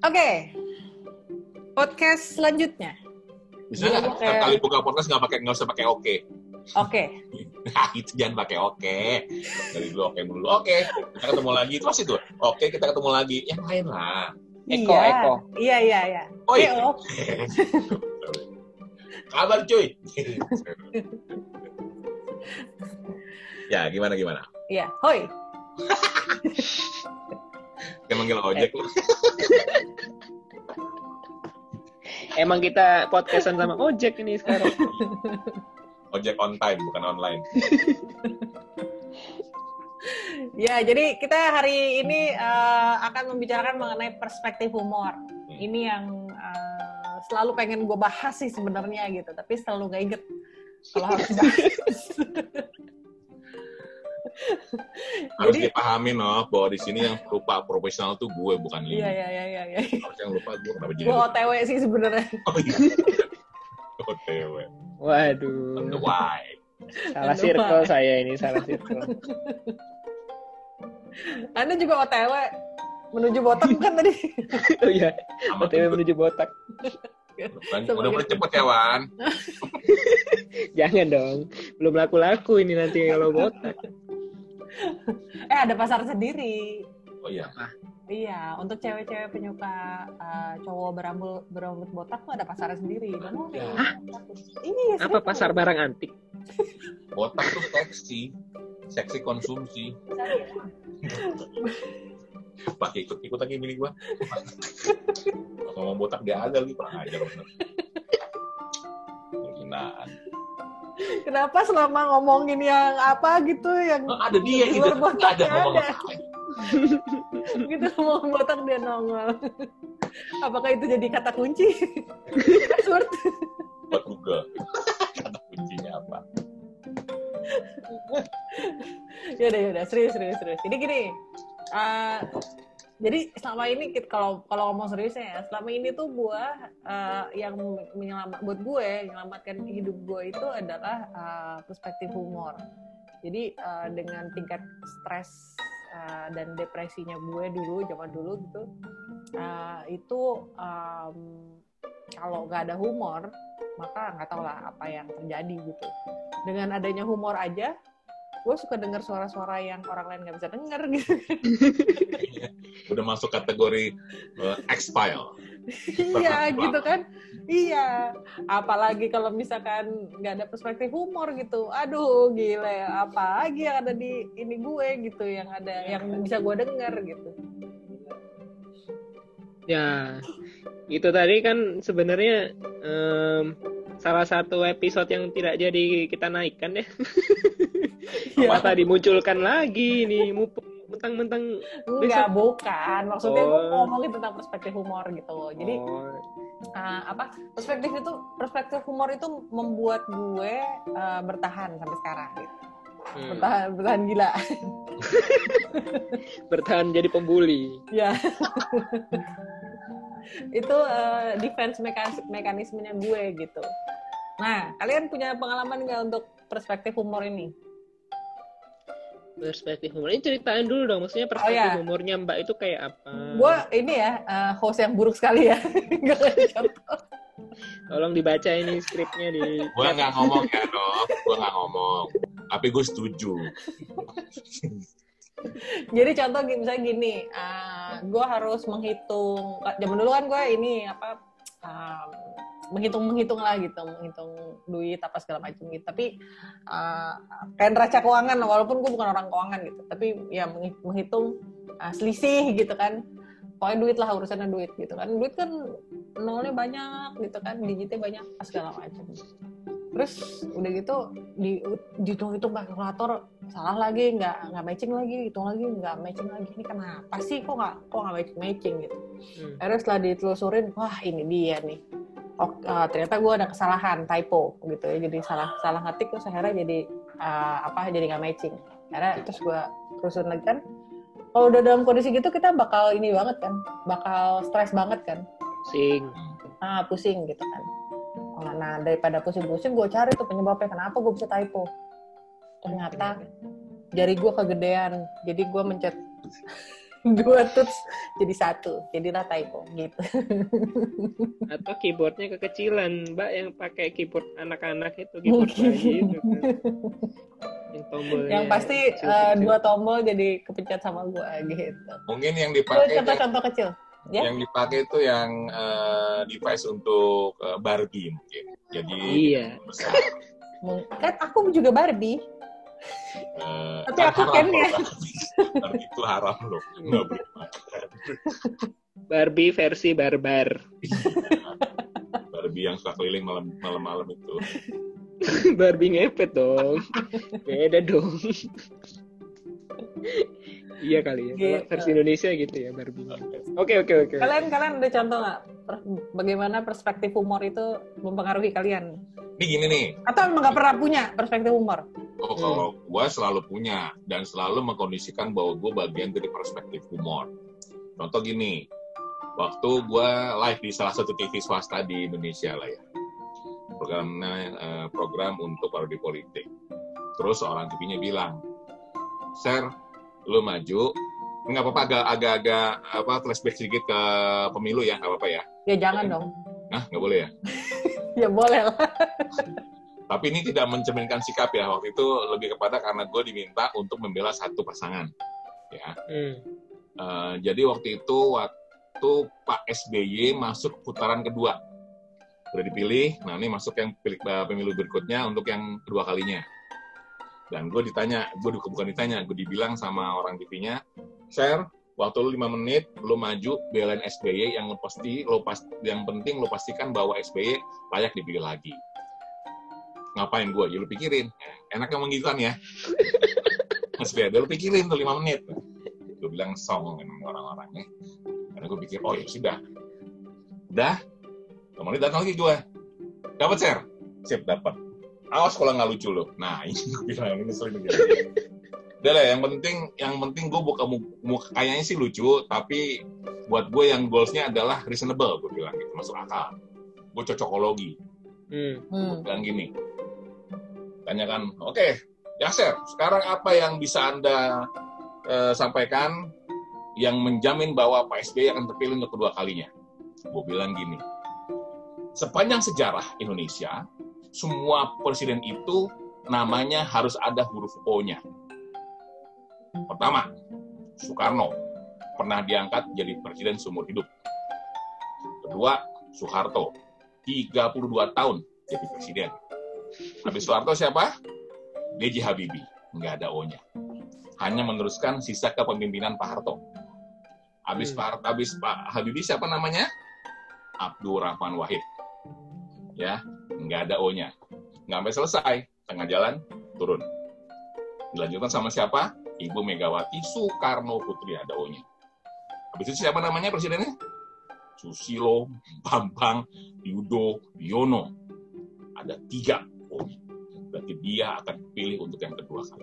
Oke, podcast selanjutnya. Bisa nggak setiap kali buka podcast nggak usah pakai oke. Oke. Nah, itu jangan pakai oke. Dari dulu oke dulu. Oke, kita ketemu lagi. Terus itu. Oke, kita ketemu lagi. Yang lain lah. Eko. Iya. Oi. Eko. Kabar cuy. Ya, gimana? Iya, hoi. Kayak manggil ojek lu. Emang kita podcastan sama ojek ini sekarang. Ojek on time, bukan online. Ya, jadi kita hari ini akan membicarakan mengenai perspektif humor. Ini yang selalu pengen gue bahas sih sebenarnya gitu, tapi selalu gak inget kalau harus bahas. Harus dipahamin bahwa di sini yang lupa profesional tuh gue, bukan lu. Iya. Harus yang lupa gue kenapa jadi. Gue OTW sih sebenarnya. Oh iya. OTW. Waduh. On the why. Salah circle saya ini, salah circle. Anda juga OTW menuju botak bukan tadi? Oh iya, OTW menuju botak. Udah mulai cepet ya, Wan. Jangan dong, belum laku-laku ini nanti kalau botak. Ada pasar sendiri. Oh iya. Iya, untuk cewek-cewek penyuka cowok berambut botak tuh ada pasarnya sendiri. Hah? Iya, Apa pasar barang antik? Botak tuh seksi konsumsi. Pakai ikut lagi bini gua. Ngomong botak dia ada lagi, kurang ajar bener. Penghinaan. Kenapa selama ngomongin yang apa gitu yang ada dia di gitu. luar botak Ada ngomong apa? Gitu ngomong botak dia nongol. Apakah itu jadi kata kunci? Password. Buat Google. Kata kuncinya apa? Yaudah, serius. Jadi gini, jadi selama ini kalau ngomong seriusnya ya, selama ini tuh gue buat gue menyelamatkan hidup gue itu adalah perspektif humor. Jadi dengan tingkat stres dan depresinya gue zaman dulu gitu, itu kalau nggak ada humor maka nggak tahu lah apa yang terjadi gitu. Dengan adanya humor aja, gue suka dengar suara-suara yang orang lain nggak bisa denger gitu. Udah masuk kategori X-File. Iya gitu kan. Iya. Apalagi kalau misalkan nggak ada perspektif humor gitu. Aduh gile. Apa lagi yang ada di ini gue gitu. Yang bisa gue denger gitu. Ya, itu tadi kan sebenarnya salah satu episode yang tidak jadi kita naikkan ya. Apa dimunculkan lagi nih, mentang-mentang enggak, bukan. Maksudnya gue ngomongin tentang perspektif humor gitu. Jadi perspektif humor itu membuat gue bertahan sampai sekarang gitu. Bertahan gila. Bertahan jadi pembuli. Ya. Itu defense mekanismenya gue gitu. Nah, kalian punya pengalaman nggak untuk perspektif humor ini? Perspektif humor ini ceritain dulu dong, maksudnya perspektif humornya Mbak itu kayak apa? Gue ini ya host yang buruk sekali ya. Gak ada contoh. Tolong dibaca ini skripnya di. Gue nggak ngomong ya dok, gue nggak ngomong. Tapi gue setuju. Jadi contoh misalnya gini, gue harus menghitung. Zaman dulu kan gue ini menghitung lah gitu, menghitung duit apa segala macam gitu. Tapi kayak neraca keuangan, walaupun gue bukan orang keuangan gitu, tapi ya menghitung selisih gitu kan. Pokoknya duit lah, urusannya duit gitu kan. Duit kan nolnya banyak gitu kan, digitnya banyak segala macam. Terus udah gitu dihitung-hitung pakai kalkulator, salah lagi, nggak matching lagi, hitung lagi nggak matching lagi. Ini kenapa sih kok nggak matching gitu. Akhirnya setelah ditelusurin, wah ini dia nih. Ternyata gue ada kesalahan, typo gitu ya, jadi salah ngetik, terus akhirnya jadi jadi nggak matching. Akhirnya terus gue terusin lagi kan. Kalau udah dalam kondisi gitu kita bakal ini banget kan, bakal stres banget kan. Pusing gitu kan. Nah daripada pusing-pusing gue cari tuh penyebabnya kenapa gue bisa typo. Ternyata jari gue kegedean, jadi gue mencet 2 tuts jadi 1. Jadilah typo gitu. Atau keyboardnya kekecilan, Mbak, yang pakai keyboard anak-anak itu, keyboard bayi itu kan. Yang tombolnya. Yang pasti kecil-kecil. 2 tombol jadi kepencet sama gua gitu. Mungkin yang Itu dipakai contoh-contoh kecil. Ya? yang dipakai itu yang device untuk Barbie mungkin. Jadi Iya. besar. Kan aku juga Barbie. Tapi Kan aku haram Ken ya. loh. Barbie itu haram loh. Nggak boleh makan. Barbie versi barbar. Barbie yang suka keliling malam-malam itu. Barbie ngepet dong. Beda dong. Iya kali ya. Kalau Gitu. versi Indonesia gitu ya Barbie. Oke. Kalian ada contoh nggak bagaimana perspektif humor itu mempengaruhi kalian? Ini gini nih. Atau emang nggak pernah punya perspektif humor? Kalau gue selalu punya dan selalu mengkondisikan bahwa gue bagian dari perspektif humor. Contoh gini, waktu gue live di salah satu TV swasta di Indonesia lah ya, program untuk parodi politik. Terus orang TV-nya bilang, "Sir, lu maju." Nggak apa-apa, agak-agak flashback sedikit ke pemilu ya, nggak apa-apa ya? Ya jangan dong. Nah, nggak boleh ya? Ya boleh lah. Tapi ini tidak mencerminkan sikap ya. Waktu itu lebih kepada karena gue diminta untuk membela satu pasangan. Ya. Jadi waktu itu Pak SBY masuk putaran kedua. Udah dipilih, nah ini masuk yang pemilu berikutnya untuk yang kedua kalinya. Dan gue ditanya, gue dibilang sama orang TV-nya, "Sir, waktu lu 5 menit, lu maju belain SBY, yang penting lu pastikan bahwa SBY layak dipilih lagi." Ngapain gue? Ya lu pikirin. Enak yang menggituan ya. Mas Beda, lu pikirin tuh 5 menit. Gue bilang song memang orang-orangnya. Karena gue pikir, oh ya sudah. Udah, 5 menit datang lagi gue. Dapat, Sir? Sip, dapat. Awas kalau nggak lucu lo. Nah, ini gue bilang, ini sering begini. Udah lah, yang penting gue kayaknya sih lucu, tapi buat gue yang goals-nya adalah reasonable, gue bilang gitu, masuk akal. Gue cocokologi. Gue bilang gini, tanyakan, oke, ya Sir, sekarang apa yang bisa Anda sampaikan yang menjamin bahwa Pak SBY akan terpilih untuk kedua kalinya? Gue bilang gini, sepanjang sejarah Indonesia, semua presiden itu namanya harus ada huruf O-nya. Pertama, Soekarno pernah diangkat jadi presiden seumur hidup. Kedua, Soeharto 32 tahun jadi presiden. Habis Soeharto siapa? B.J. Habibie, nggak ada O-nya. Hanya meneruskan sisa kepemimpinan Pak Harto. Habis Pak Habibie siapa namanya? Abdurrahman Wahid. Ya, nggak ada O-nya. Nggak sampai selesai, tengah jalan turun. Dilanjutkan sama siapa? Ibu Megawati Soekarno Putri, ada O-nya. Habis itu siapa namanya presidennya? Susilo, Bambang, Yudhoyono. Ada 3 O-nya. Berarti dia akan pilih untuk yang kedua kali.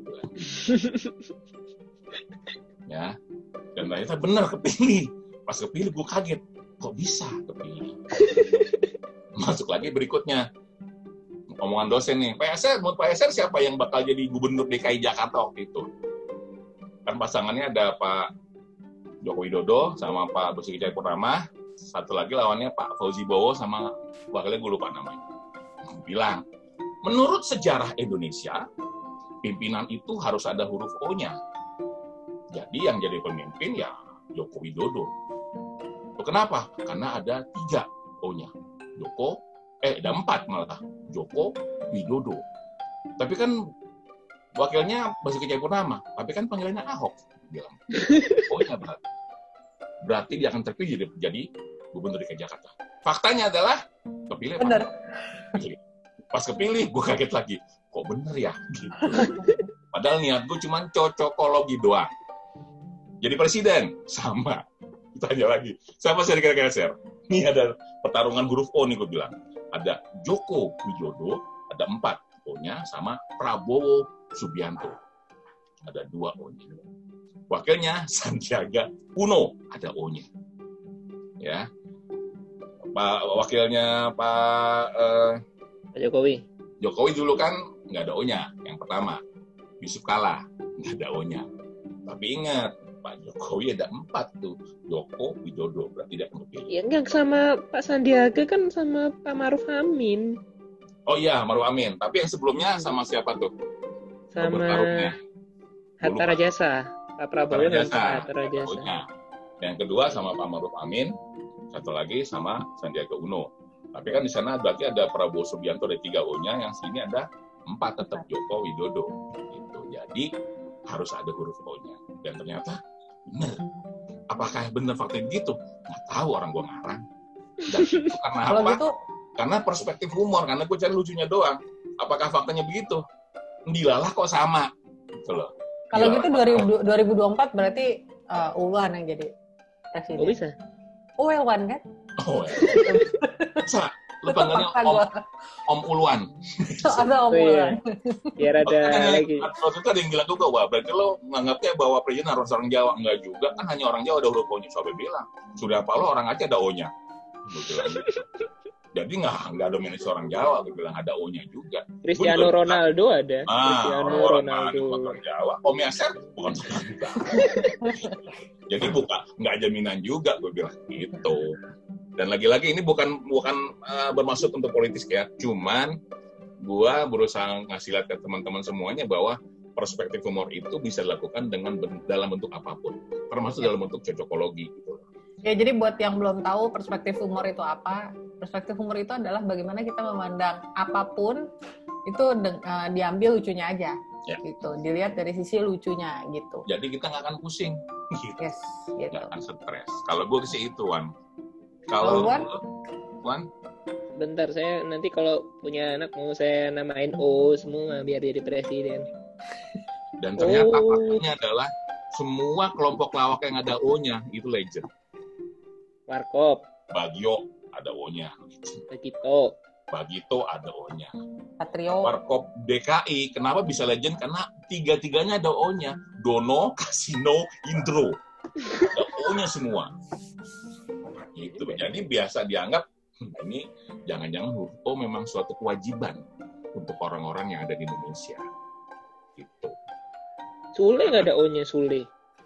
Ya, dan ternyata benar kepilih. Pas kepilih gue kaget, kok bisa kepilih? Masuk lagi berikutnya. Omongan dosen nih, menurut Pak Eser siapa yang bakal jadi gubernur DKI Jakarta waktu itu? Kan pasangannya ada Pak Joko Widodo sama Pak Basuki Cahayapurnama, satu lagi lawannya Pak Fauzi Bowo sama wakilnya gue lupa namanya. Bilang, menurut sejarah Indonesia, pimpinan itu harus ada huruf O-nya. Jadi yang jadi pemimpin ya Joko Widodo. Kenapa? Karena ada 3 O-nya. Ada 4 malah. Joko Widodo. Tapi kan wakilnya Basuki Cahayapurnama, tapi kan panggilannya Ahok. Bilang, O-nya berarti dia akan terpilih jadi gubernur DKI Jakarta. Faktanya adalah kepilih. Bener. Pas kepilih, gue kaget lagi. Kok bener ya? Gitu. Padahal niat gue cuma cocokologi doang. Jadi presiden, sama. Tanya lagi, siapa sih kira-kira, Sir? Ini ada pertarungan huruf O nih gue bilang. Ada Joko Widodo, ada 4 O-nya, sama Prabowo Subianto. Ada 2 O-nya. Wakilnya Sandiaga Uno, ada O-nya. Ya. Wakilnya Pak Jokowi. Jokowi dulu kan nggak ada O-nya, yang pertama. Yusuf Kala, nggak ada O-nya. Tapi ingat, Pak Jokowi ada 4 tuh, Joko Widodo, berarti tidak kepilih. Ya enggak, sama Pak Sandiaga kan sama Pak Maruf Amin. Oh iya, Maruf Amin. Tapi yang sebelumnya sama siapa tuh? Sama Hatta Rajasa. Pak Prabowo dan Pak Hatta Rajasa. Yang kedua sama Pak Maruf Amin, satu lagi sama Sandiaga Uno. Tapi kan di sana berarti ada Prabowo Subianto, ada 3 O-nya, yang sini ada 4 tetap Joko Widodo. Gitu. Jadi harus ada huruf O-nya. Dan ternyata benar. Apakah benar faktanya begitu? Nggak tahu, orang gue ngarang. Dan itu karena apa? Gitu... Karena perspektif humor, karena gue cari lucunya doang. Apakah faktanya begitu? Dilalah kok sama. Gitu loh. Kalau gitu 2024 berarti Ulwan yang jadi presiden. Oh bisa? Ulwan kan? Oh ya. Bisa. Lu panggilnya Om Ulwan. Ada Om Ulwan. Biar ada lagi. Waktu itu ada yang bilang juga, wah berarti lo nganggapnya bahwa presiden harus orang Jawa. Enggak juga, kan hanya orang Jawa ada huruf O-nya. Siapa bilang? Sudah apa lo orang Aceh ada O-nya? Jadi nggak dominasi orang Jawa, gue bilang ada O-nya juga. Cristiano Ronaldo ada. Cristiano Ronaldo. Orang Jawa. Om Yasser bukan orang Jawa. Jadi nggak jaminan juga, gue bilang gitu. Dan lagi-lagi ini bukan bermaksud untuk politis ya, cuman gue berusaha ngasih lihat ke teman-teman semuanya bahwa perspektif humor itu bisa dilakukan dalam bentuk apapun, termasuk dalam bentuk cocokologi gitu. Ya, jadi buat yang belum tahu perspektif humor itu apa, perspektif humor itu adalah bagaimana kita memandang apapun itu diambil lucunya aja, gitu, dilihat dari sisi lucunya gitu. Jadi kita nggak akan pusing, gitu. Yes, gitu. Nggak akan stres. Kalau gue sih itu, Wan. Kalau Wan? Bentar, saya nanti kalau punya anak mau saya namain O semua biar jadi presiden. Dan ternyata faktanya adalah semua kelompok lawak yang ada O-nya itu legend. Warkop. Bagio ada O-nya. Bagito ada O-nya. Patrio. Warkop DKI, kenapa bisa legend? Karena 3-3-nya ada O-nya. Dono, Kasino, Indro. Ada O-nya semua. Gitu. Jadi biasa dianggap ini jangan-jangan huruf O memang suatu kewajiban untuk orang-orang yang ada di Indonesia. Gitu. Sule nggak ada O-nya, Sule.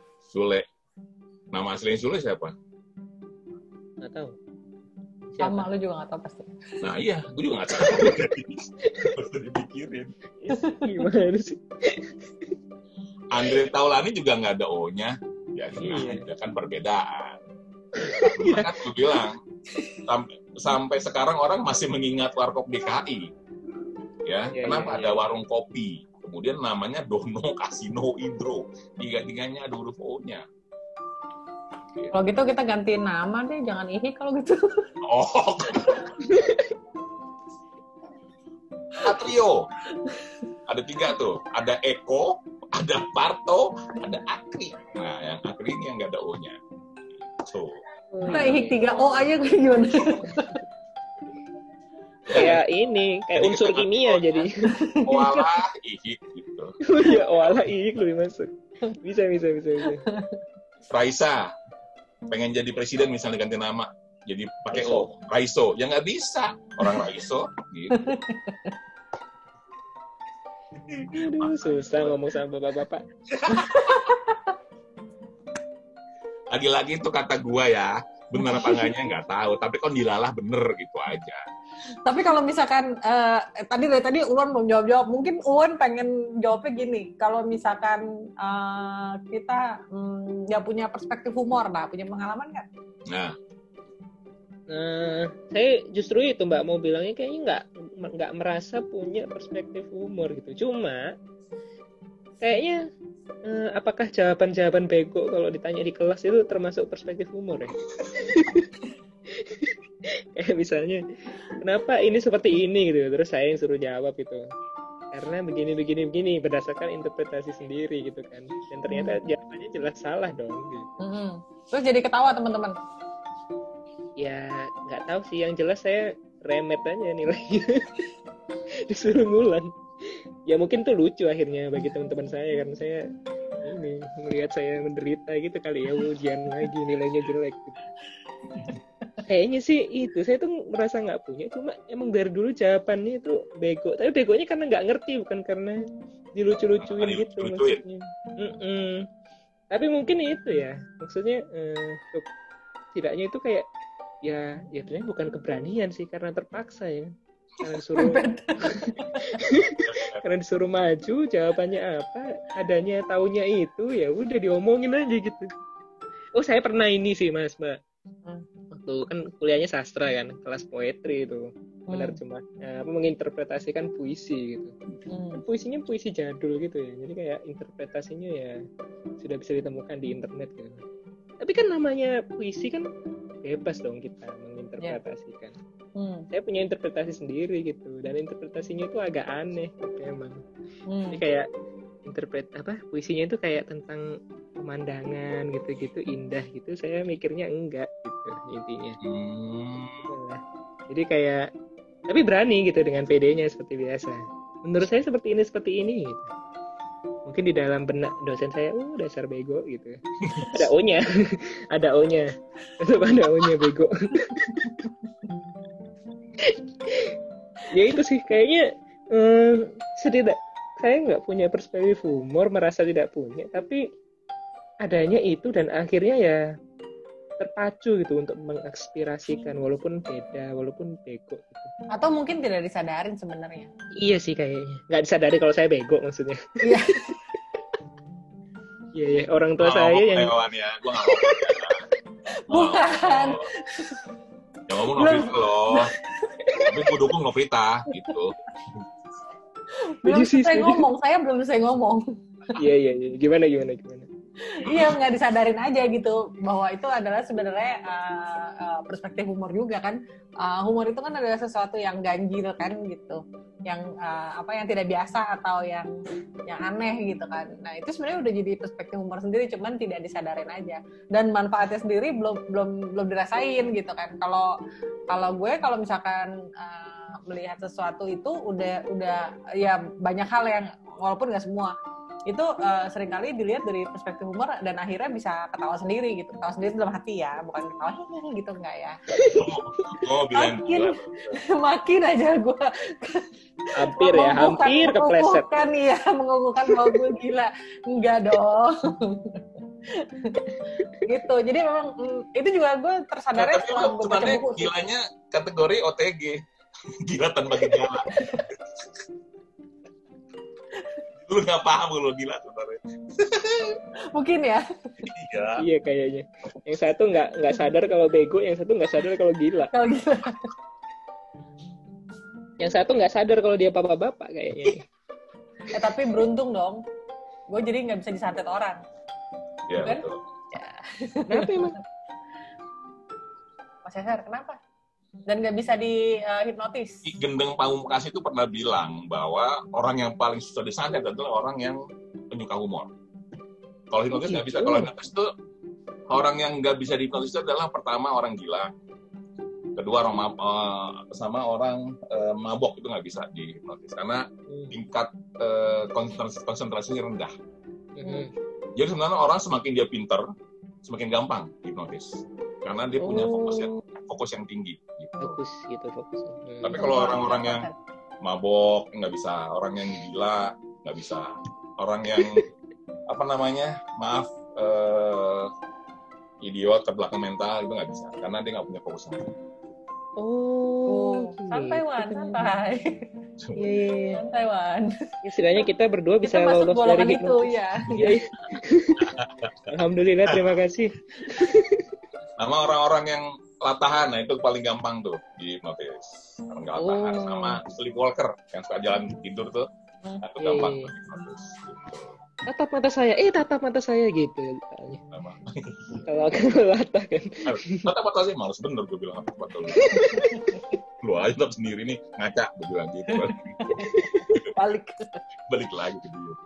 Nama aslinya Sule siapa? Nggak tahu. Sama lu juga nggak tahu pasti. Nah iya, gue juga nggak tahu. Harus dipikirin. Gimana sih? Andre Taulani juga nggak ada O-nya. Ya ada kan perbedaan. Kan gue bilang sampai sekarang orang masih mengingat Warkop DKI. Ya, kenapa ada warung kopi? Kemudian namanya Dono, Kasino, Indro. 3-3-nya ada huruf O-nya. Kalau gitu kita ganti nama deh, jangan Ihi kalau gitu. Oh. Patrio. Ada 3 tuh. Ada Eko, ada Parto, ada Akri. Nah, yang Akri ini yang nggak ada O-nya. So. Kita Ihi 3O aja kayak gimana? Kayak ini, kayak jadi unsur kimia jadi. Oalah ihik gitu. Iya, oalah ihik lebih masuk. Bisa. Raisa pengen jadi presiden misalnya ganti nama jadi pakai O, Raiso. Ya nggak bisa, orang Raiso gitu. Aduh, susah ngomong sama bapak-bapak. Lagi-lagi itu kata gua ya, bener apa enggaknya nggak tahu, tapi kalau dilalah bener gitu aja. Tapi kalau misalkan tadi Ulwan belum jawab, mungkin Ulwan pengen jawabnya gini, kalau misalkan kita nggak punya perspektif humor, punya pengalaman nggak? Nah, saya justru itu Mbak mau bilangnya kayaknya nggak merasa punya perspektif humor gitu, cuma kayaknya apakah jawaban bego kalau ditanya di kelas itu termasuk perspektif humor ya? Kayak misalnya, kenapa ini seperti ini gitu, terus saya yang suruh jawab gitu. Karena begini berdasarkan interpretasi sendiri gitu kan. Dan ternyata jawabannya jelas salah dong gitu. Terus jadi ketawa teman-teman. Ya nggak tahu sih, yang jelas saya remet aja nilainya. Disuruh ngulang. Ya mungkin tuh lucu akhirnya bagi teman-teman saya, karena saya ini melihat saya menderita gitu kali ya, ujian lagi nilainya jelek gitu. Kayaknya sih itu, saya tuh merasa nggak punya, cuma emang dari dulu jawabannya itu bego. Tapi begonya karena nggak ngerti, bukan karena dilucu-lucuin gitu maksudnya. Tapi mungkin itu ya, maksudnya setidaknya itu kayak ya sebenarnya bukan keberanian sih, karena terpaksa ya, karena disuruh maju, jawabannya apa, adanya taunya itu, ya udah diomongin aja gitu. Oh, saya pernah ini sih Mas, Mbak. Waktu kan kuliahnya sastra kan, kelas poetry itu. Menerjemah, menginterpretasikan puisi gitu. Puisinya puisi jadul gitu ya. Jadi kayak interpretasinya ya sudah bisa ditemukan di internet gitu. Tapi kan namanya puisi kan bebas dong kita menginterpretasikan. Saya punya interpretasi sendiri gitu, dan interpretasinya itu agak aneh memang. Jadi kayak puisinya itu kayak tentang pemandangan gitu-gitu, indah gitu. Saya mikirnya enggak gitu intinya. Jadi kayak, tapi berani gitu dengan PD-nya seperti biasa. Menurut saya seperti ini gitu. Mungkin di dalam benak dosen saya, dasar bego gitu. Ada O-nya. Ada O-nya. Tetap ada O-nya bego. Ya itu sih kayaknya saya nggak punya perspektif humor, merasa tidak punya, tapi adanya itu dan akhirnya ya terpacu gitu untuk mengaspirasikan, walaupun beda, walaupun bego gitu. Atau mungkin tidak disadarin sebenarnya. Iya sih kayaknya. Nggak disadari kalau saya bego maksudnya. Iya. Iya, orang tua saya yang... Ya. Gue nggak mau. Bukan. Ya ngomong Novita loh. Tapi gue dukung Novita gitu. Belum selesai ngomong. Iya. Gimana? Iya, nggak disadarin aja gitu bahwa itu adalah sebenarnya perspektif humor juga kan. Humor itu kan adalah sesuatu yang ganjil kan gitu, yang yang tidak biasa atau yang aneh gitu kan. Nah itu sebenarnya udah jadi perspektif humor sendiri, cuman tidak disadarin aja, dan manfaatnya sendiri belum dirasain gitu kan. Kalau gue misalkan melihat sesuatu itu udah ya banyak hal yang walaupun nggak semua itu seringkali dilihat dari perspektif humor dan akhirnya bisa ketawa sendiri gitu. Ketawa sendiri dalam hati ya, bukan ketawa gitu, enggak ya. Makin aja gue hampir kepleset. Mengukuhkan bahwa gue gila. Enggak dong. Gitu. Jadi memang itu juga gue tersadarnya setelah gue baca buku. Gilanya kategori OTG. Gila tanpa gejala. Lu nggak paham lu gila sebenarnya. Mungkin ya. Iya kayaknya. Yang satu nggak sadar kalau bego, yang satu nggak sadar kalau gila. Yang satu nggak sadar kalau dia bapak-bapak kayaknya. Tapi beruntung dong. Gue jadi nggak bisa disantet orang. Iya kan? Betul. Ya. Kenapa emang? Mas Cesar, kenapa? Dan nggak bisa dihipnotis. Gendeng Pamungkas itu pernah bilang bahwa orang yang paling susah disantet adalah orang yang penyuka humor. Kalau hipnotis nggak bisa. Kalau hipnotis itu orang yang nggak bisa dihipnotis itu adalah pertama orang gila, kedua orang mabok itu nggak bisa dihipnotis karena tingkat konsentrasinya rendah. Jadi sebenarnya orang semakin dia pinter, semakin gampang dihipnotis karena dia punya fokus yang tinggi. Gitu. Fokus. Tapi kalau orang-orang yang mabok nggak bisa, orang yang gila nggak bisa, orang yang idiot terbelakang mental itu nggak bisa karena dia nggak punya fokus. Santai Wan, santai. Iya. Santai Wan. Istilahnya kita berdua bisa lolos dari hipnotis. Iya. Alhamdulillah, terima kasih. Nama orang-orang yang latahan, nah itu paling gampang tuh dihipnotis. Orang nggak latahan sama sleepwalker yang suka jalan tidur tuh, itu gampang dihipnotis. Tatap mata saya gitu. Kalau latah kan. Tatap mata saya males bener gue bilang tatap mata lu. Lu aja tetap sendiri nih ngaca gue bilang gitu. Balik lagi ke dia.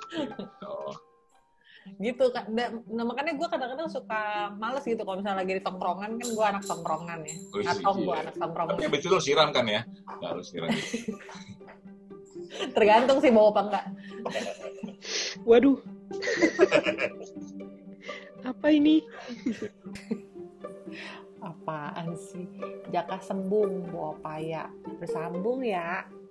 Gitu kan. Nah, makanya gue kadang-kadang suka males gitu kalau misalnya lagi di tongkrongan, kan gue anak tongkrongan ya. Gue anak tongkrongan. Tapi abis itu lo siram kan ya? Nggak harus siram. Tergantung sih bawa apa enggak. Waduh. Apa ini? Apaan sih? Jaka sembung bawa paya. Bersambung ya.